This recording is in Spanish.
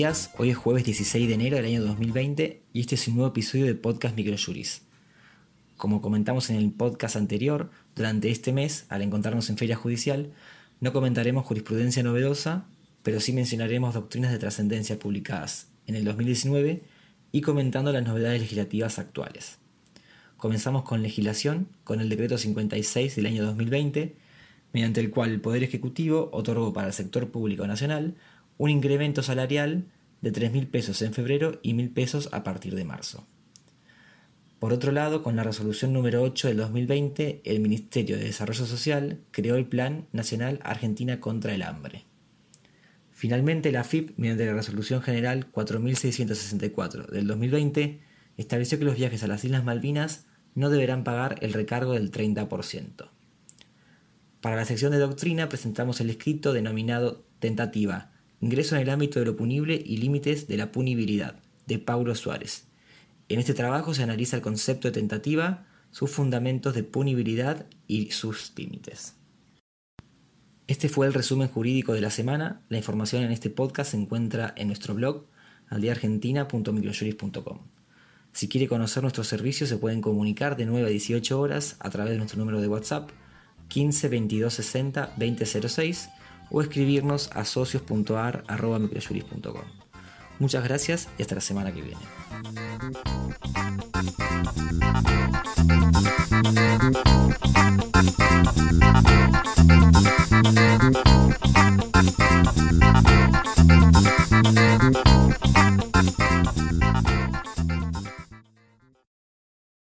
días, hoy es jueves 16 de enero del año 2020 y este es un nuevo episodio de Podcast Microjuris. Como comentamos en el podcast anterior, durante este mes, al encontrarnos en feria judicial, no comentaremos jurisprudencia novedosa, pero sí mencionaremos doctrinas de trascendencia publicadas en el 2019 y comentando las novedades legislativas actuales. Comenzamos con legislación, con el decreto 56 del año 2020, mediante el cual el Poder Ejecutivo otorgó para el sector público nacional un incremento salarial de 3.000 pesos en febrero y 1.000 pesos a partir de marzo. Por otro lado, con la resolución número 8 del 2020, el Ministerio de Desarrollo Social creó el Plan Nacional Argentina contra el Hambre. Finalmente, la AFIP, mediante la Resolución General 4664 del 2020, estableció que los viajes a las Islas Malvinas no deberán pagar el recargo del 30%. Para la sección de doctrina presentamos el escrito denominado Tentativa, Ingreso en el ámbito de lo punible y límites de la punibilidad, de Paulo Suárez. En este trabajo se analiza el concepto de tentativa, sus fundamentos de punibilidad y sus límites. Este fue el resumen jurídico de la semana. La información en este podcast se encuentra en nuestro blog aldeaargentina.microjuris.com. Si quiere conocer nuestros servicios se pueden comunicar de 9 a 18 horas a través de nuestro número de WhatsApp 15 22 60 2006 o escribirnos a socios.ar@microjuris.com. Muchas gracias y hasta la semana que viene.